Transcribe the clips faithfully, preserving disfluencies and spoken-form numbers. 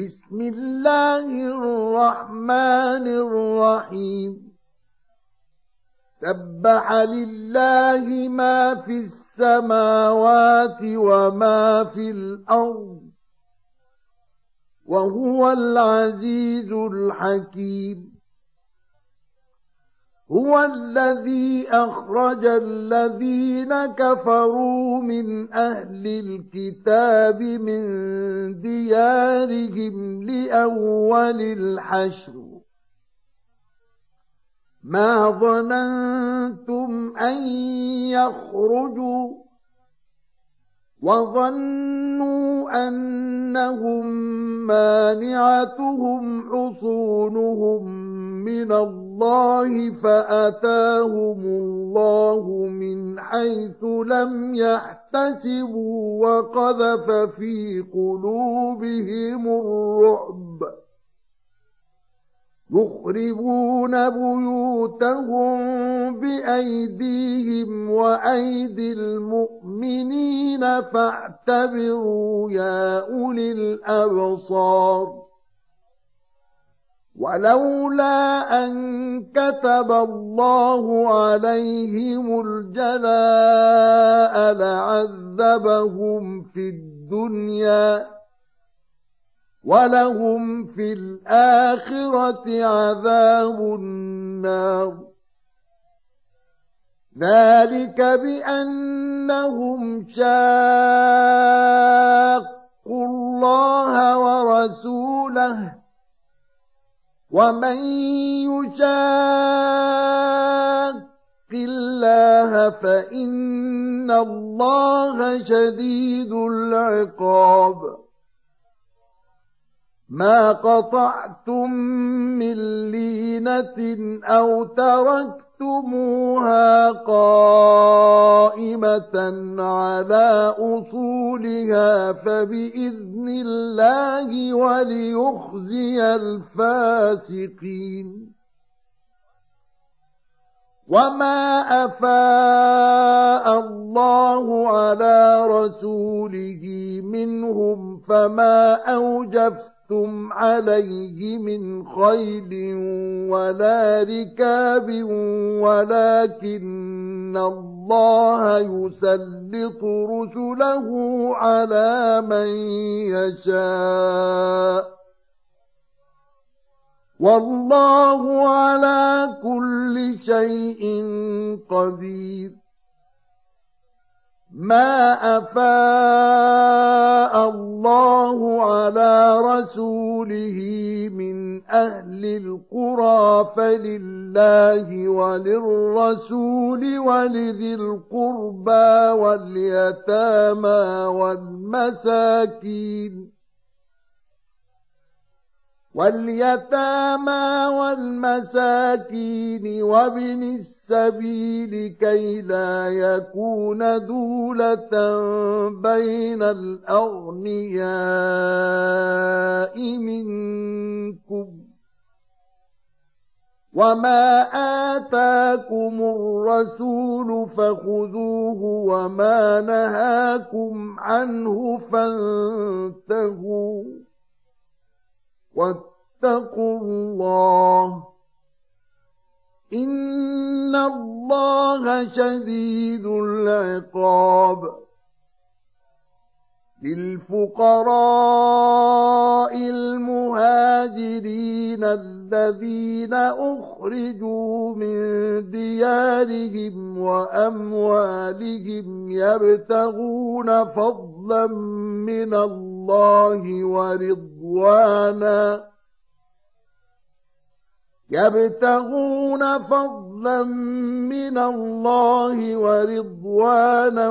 بسم الله الرحمن الرحيم سبح لله ما في السماوات وما في الأرض وهو العزيز الحكيم هو الذي أخرج الذين كفروا من أهل الكتاب من ديارهم لأول الحشر ما ظننتم أن يخرجوا وظنوا أنهم مانعتهم حصونهم من الله فأتاهم الله من حيث لم يحتسبوا وقذف في قلوبهم الرعب يخربون بيوتهم بأيديهم وأيدي المؤمنين فاعتبروا يا أولي الأبصار ولولا أن كتب الله عليهم الجلاء لعذبهم في الدنيا ولهم في الآخرة عذاب النار ذلك بأنهم شاقوا الله ورسوله ومن يشاق الله فإن الله شديد العقاب ما قطعتم من لينة أو تركتموها قائمة على أصولها فبإذن الله وليخزي الفاسقين وما أفاء الله على رسوله منهم فما أوجفتم عليه من خيل ولا ركاب ولكن الله يسلط رسله على من يشاء والله على كل شيء قدير ما أفاء الله على رسوله من أهل القرى فلله وللرسول ولذي القربى واليتامى والمساكين واليتامى والمساكين وابن السبيل كي لا يكون دولة بين الأغنياء منكم وما آتاكم الرسول فخذوه وما نهاكم عنه فانتهوا واتقوا الله إن الله شديد العقاب للفقراء المهاجرين الذين أخرجوا من ديارهم وأموالهم يبتغون فضلا من الله ورضوانا يبتغون فضلا من الله ورضوانا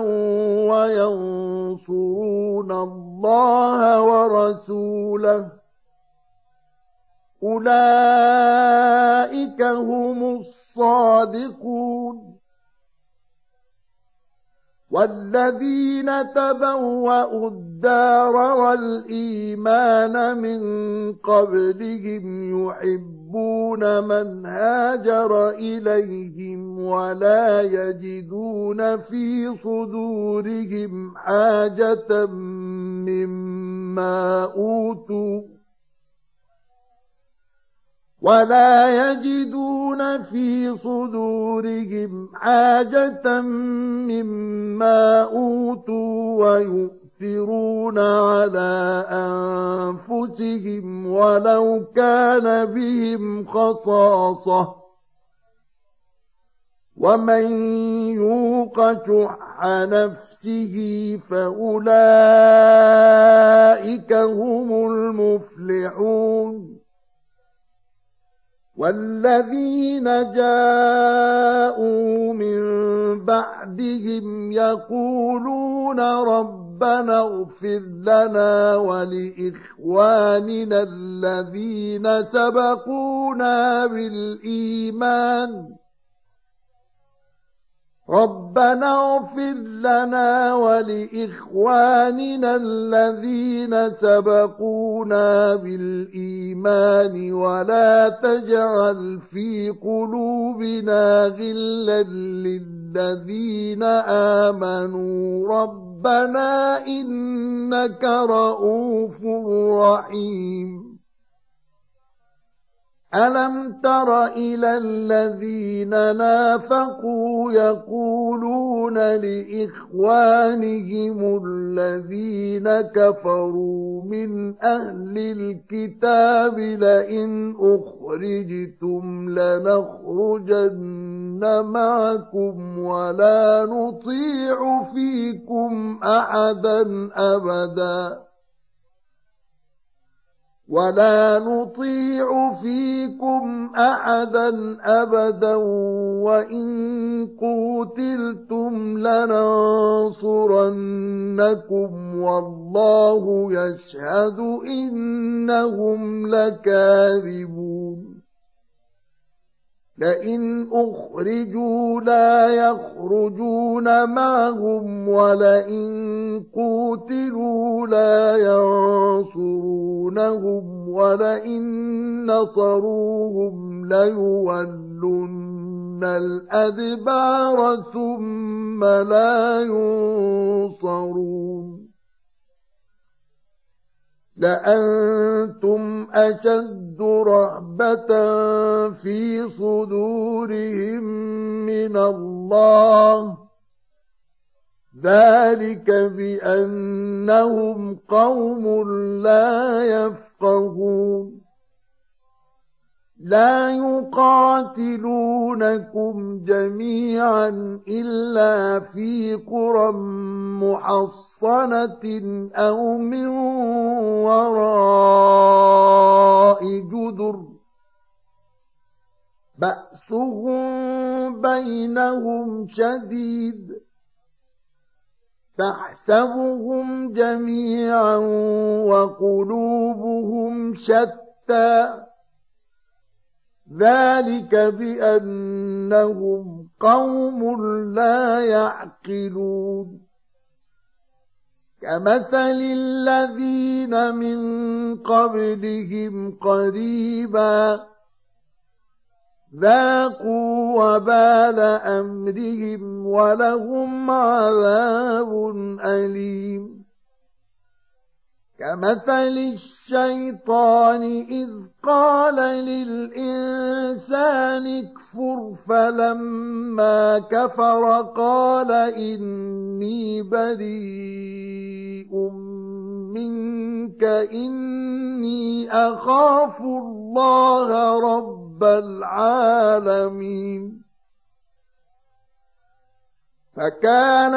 وينصرون الله ورسوله أولئك هم الصادقون والذين تبوأوا الدار والإيمان من قبلهم يحبون من هاجر إليهم ولا يجدون في صدورهم حاجة مما أوتوا ولا يجدون في صدورهم حاجة مما أوتوا ويؤثرون على أنفسهم ولو كان بهم خصاصة ومن يوق شح نفسه فأولئك هم المفلحون والذين جاءوا من بعدهم يقولون ربنا اغفر لنا ولإخواننا الذين سبقونا بالإيمان ربنا اغفر لنا ولإخواننا الذين سبقونا بالإيمان ولا تجعل في قلوبنا غلا للذين آمنوا ربنا إنك رؤوف رحيم ألم تر إلى الذين نافقوا يقولون لإخوانهم الذين كفروا من أهل الكتاب لئن أخرجتم لنخرجن معكم ولا نطيع فيكم أحدا أبدا ولا نطيع فيكم أحدا أبدا وإن قوتلتم لننصرنكم والله يشهد إنهم لكاذبون لئن أخرجوا لا يخرجون معهم ولئن قوتلوا لا ينصرونهم ولئن نصروهم ليولن الأدبار ثم لا ينصرون لأنتم أشد رهبة في صدورهم من الله ذلك بأنهم قوم لا يفقهون لا يقاتلونكم جميعا إلا في قرى محصنة أو من وراء جدر بأسهم بينهم شديد تحسبهم جميعا وقلوبهم شتى ذلك بأنهم قوم لا يعقلون كمثل الذين من قبلهم قريبا ذاقوا وبال أمرهم ولهم عذاب أليم كمثل الشيطان إذ قال للإنسان اكفر فلما كفر قال إني بريء منك إني أخاف الله رب العالمين فكان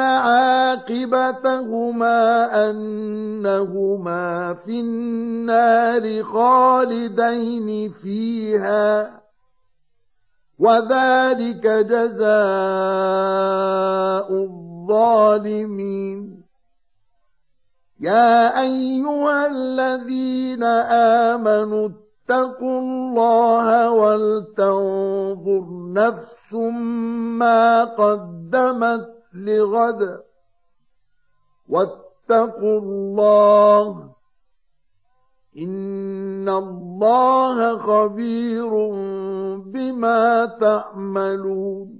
عاقبتهما أنهما في النار خالدين فيها وذلك جزاء الظالمين يا أيها الذين آمنوا اتقوا الله ولتنظر نفس ما قدمت لغد واتقوا الله إن الله خبير بما تعملون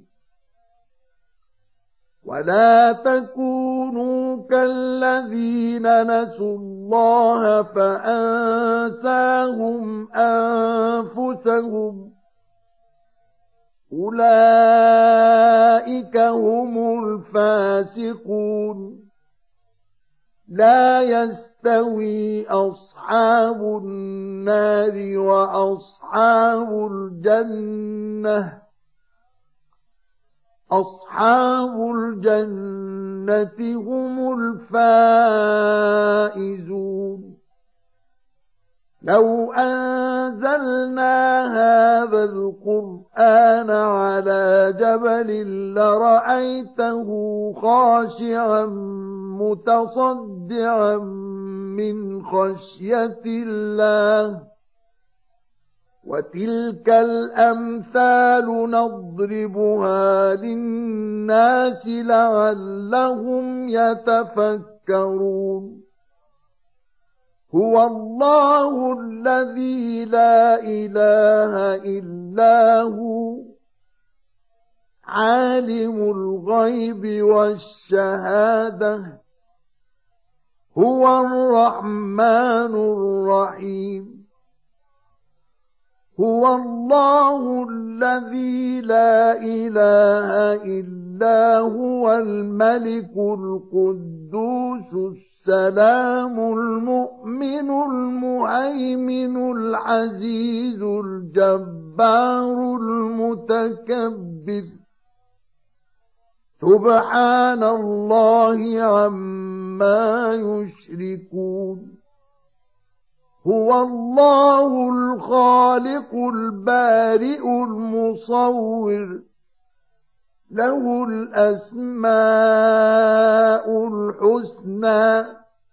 ولا تكونوا كالذين نسوا الله فأنساهم أنفسهم رَأَيْتَهُمْ أُولَئِكَ هُمُ الْفَاسِقُونَ لَا يَسْتَوِي أَصْحَابُ النَّارِ وَأَصْحَابُ الْجَنَّةِ أَصْحَابُ الْجَنَّةِ هُمُ الْفَائِزُونَ لَوْ أَنزَلْنَا هَذَا الْقُرْآنَ عَلَى جَبَلٍ لَّرَأَيْتَهُ خَاشِعًا مُّتَصَدِّعًا مِّنْ خَشْيَةِ اللَّهِ وَتِلْكَ الْأَمْثَالُ نَضْرِبُهَا لِلنَّاسِ لَعَلَّهُمْ يَتَفَكَّرُونَ هُوَ اللَّهُ الَّذِي لَا إِلَٰهَ إِلَّا هُوَ عَالِمُ الْغَيْبِ وَالشَّهَادَةِ هُوَ الرَّحْمَٰنُ الرَّحِيمُ هُوَ اللَّهُ الَّذِي لَا إِلَٰهَ إِلَّا هُوَ الملك القدوس السلام المؤمن المهيمن العزيز الجبار المتكبر سبحان الله عما يشركون هو الله الخالق البارئ المصور له الأسماء الحسنى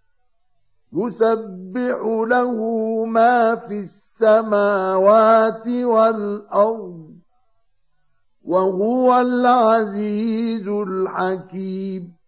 يسبح له ما في السماوات والأرض وهو العزيز الحكيم